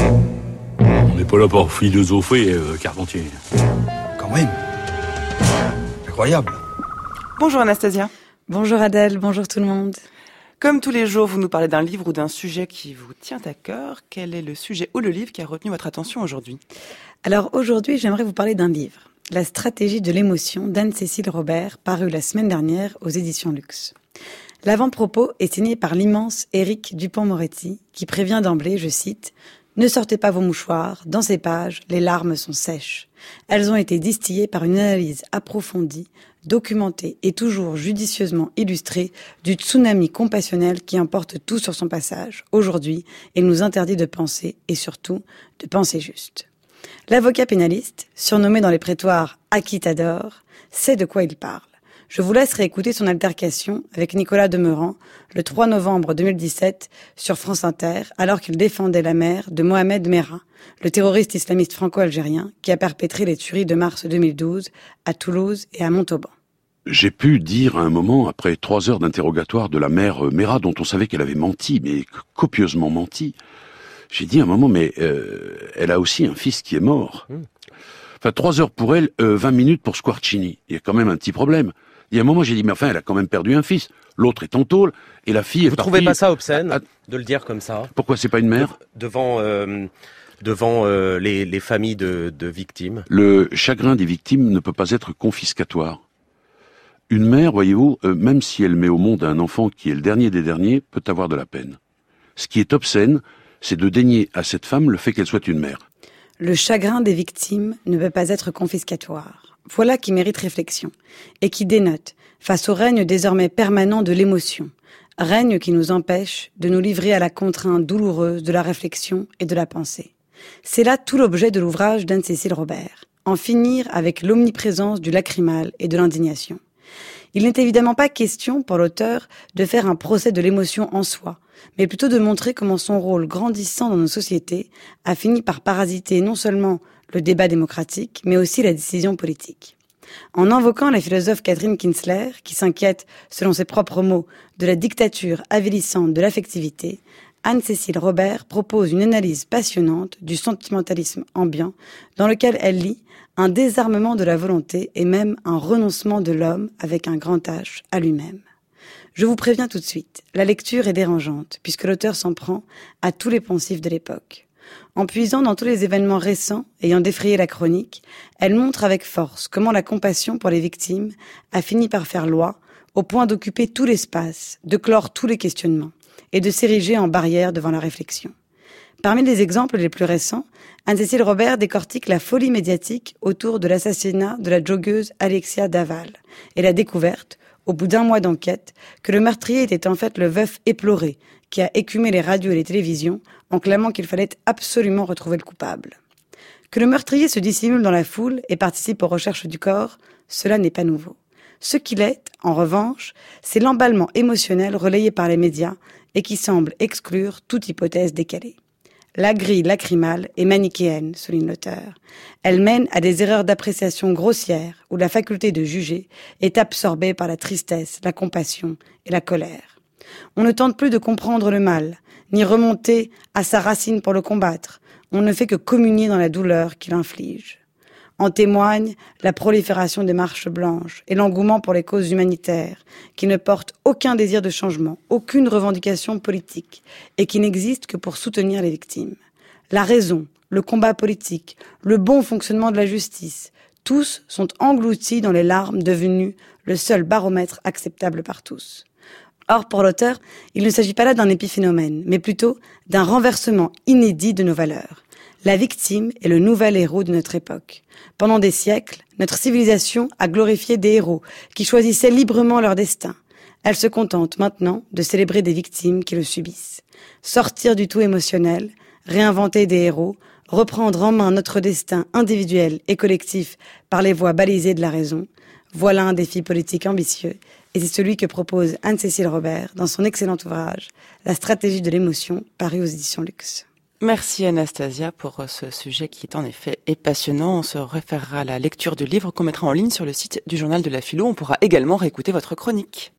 On n'est pas là pour philosopher, Carpentier. Quand même. Incroyable. Bonjour Anastasia. Bonjour Adèle, bonjour tout le monde. Comme tous les jours, vous nous parlez d'un livre ou d'un sujet qui vous tient à cœur. Quel est le sujet ou le livre qui a retenu votre attention aujourd'hui ? Alors aujourd'hui, j'aimerais vous parler d'un livre, La stratégie de l'émotion d'Anne-Cécile Robert, paru la semaine dernière aux éditions Luxe. L'avant-propos est signé par l'immense Éric Dupond-Moretti, qui prévient d'emblée, je cite, « Ne sortez pas vos mouchoirs, dans ces pages, les larmes sont sèches. Elles ont été distillées par une analyse approfondie, documentée et toujours judicieusement illustrée du tsunami compassionnel qui emporte tout sur son passage. Aujourd'hui, il nous interdit de penser et surtout de penser juste. » L'avocat pénaliste, surnommé dans les prétoires « Aquitador », sait de quoi il parle. Je vous laisse réécouter son altercation avec Nicolas Demeuran le 3 novembre 2017 sur France Inter, alors qu'il défendait la mère de Mohamed Merah, le terroriste islamiste franco-algérien qui a perpétré les tueries de mars 2012 à Toulouse et à Montauban. J'ai pu dire à un moment, après 3 heures d'interrogatoire de la mère Merah, dont on savait qu'elle avait menti, mais copieusement menti, j'ai dit à un moment, mais elle a aussi un fils qui est mort. Enfin, 3 heures pour elle, 20 minutes pour Squarcini. Il y a quand même un petit problème. Il y a un moment, j'ai dit, mais enfin, elle a quand même perdu un fils. L'autre est en tôle, et la fille est partie... Vous trouvez pas ça obscène de le dire comme ça ? Pourquoi c'est pas une mère ? Devant les familles de victimes. Le chagrin des victimes ne peut pas être confiscatoire. Une mère, voyez-vous, même si elle met au monde un enfant qui est le dernier des derniers, peut avoir de la peine. Ce qui est obscène, c'est de dénier à cette femme le fait qu'elle soit une mère. Le chagrin des victimes ne peut pas être confiscatoire. Voilà qui mérite réflexion et qui dénote face au règne désormais permanent de l'émotion, règne qui nous empêche de nous livrer à la contrainte douloureuse de la réflexion et de la pensée. C'est là tout l'objet de l'ouvrage d'Anne-Cécile Robert, en finir avec l'omniprésence du lacrymal et de l'indignation. Il n'est évidemment pas question pour l'auteur de faire un procès de l'émotion en soi, mais plutôt de montrer comment son rôle grandissant dans nos sociétés a fini par parasiter non seulement le débat démocratique, mais aussi la décision politique. En invoquant la philosophe Catherine Kinsler, qui s'inquiète, selon ses propres mots, de la dictature avilissante de l'affectivité, Anne-Cécile Robert propose une analyse passionnante du sentimentalisme ambiant, dans lequel elle lie un désarmement de la volonté et même un renoncement de l'homme avec un grand H à lui-même. Je vous préviens tout de suite, la lecture est dérangeante, puisque l'auteur s'en prend à tous les poncifs de l'époque. En puisant dans tous les événements récents ayant défrayé la chronique, elle montre avec force comment la compassion pour les victimes a fini par faire loi, au point d'occuper tout l'espace, de clore tous les questionnements et de s'ériger en barrière devant la réflexion. Parmi les exemples les plus récents, Anne-Cécile Robert décortique la folie médiatique autour de l'assassinat de la joggeuse Alexia Daval et la découverte, au bout d'1 mois d'enquête, que le meurtrier était en fait le veuf éploré qui a écumé les radios et les télévisions en clamant qu'il fallait absolument retrouver le coupable. Que le meurtrier se dissimule dans la foule et participe aux recherches du corps, cela n'est pas nouveau. Ce qu'il est, en revanche, c'est l'emballement émotionnel relayé par les médias et qui semble exclure toute hypothèse décalée. La grille lacrymale est manichéenne, souligne l'auteur. Elle mène à des erreurs d'appréciation grossières où la faculté de juger est absorbée par la tristesse, la compassion et la colère. On ne tente plus de comprendre le mal, ni remonter à sa racine pour le combattre. On ne fait que communier dans la douleur qu'il inflige. En témoigne la prolifération des marches blanches et l'engouement pour les causes humanitaires, qui ne portent aucun désir de changement, aucune revendication politique, et qui n'existent que pour soutenir les victimes. La raison, le combat politique, le bon fonctionnement de la justice, tous sont engloutis dans les larmes devenues le seul baromètre acceptable par tous. Or, pour l'auteur, il ne s'agit pas là d'un épiphénomène, mais plutôt d'un renversement inédit de nos valeurs. La victime est le nouvel héros de notre époque. Pendant des siècles, notre civilisation a glorifié des héros qui choisissaient librement leur destin. Elle se contente maintenant de célébrer des victimes qui le subissent. Sortir du tout émotionnel, réinventer des héros, reprendre en main notre destin individuel et collectif par les voies balisées de la raison, voilà un défi politique ambitieux, et c'est celui que propose Anne-Cécile Robert dans son excellent ouvrage « La stratégie de l'émotion » paru aux éditions Luxe. Merci Anastasia pour ce sujet qui est en effet passionnant. On se référera à la lecture du livre qu'on mettra en ligne sur le site du Journal de la Philo. On pourra également réécouter votre chronique.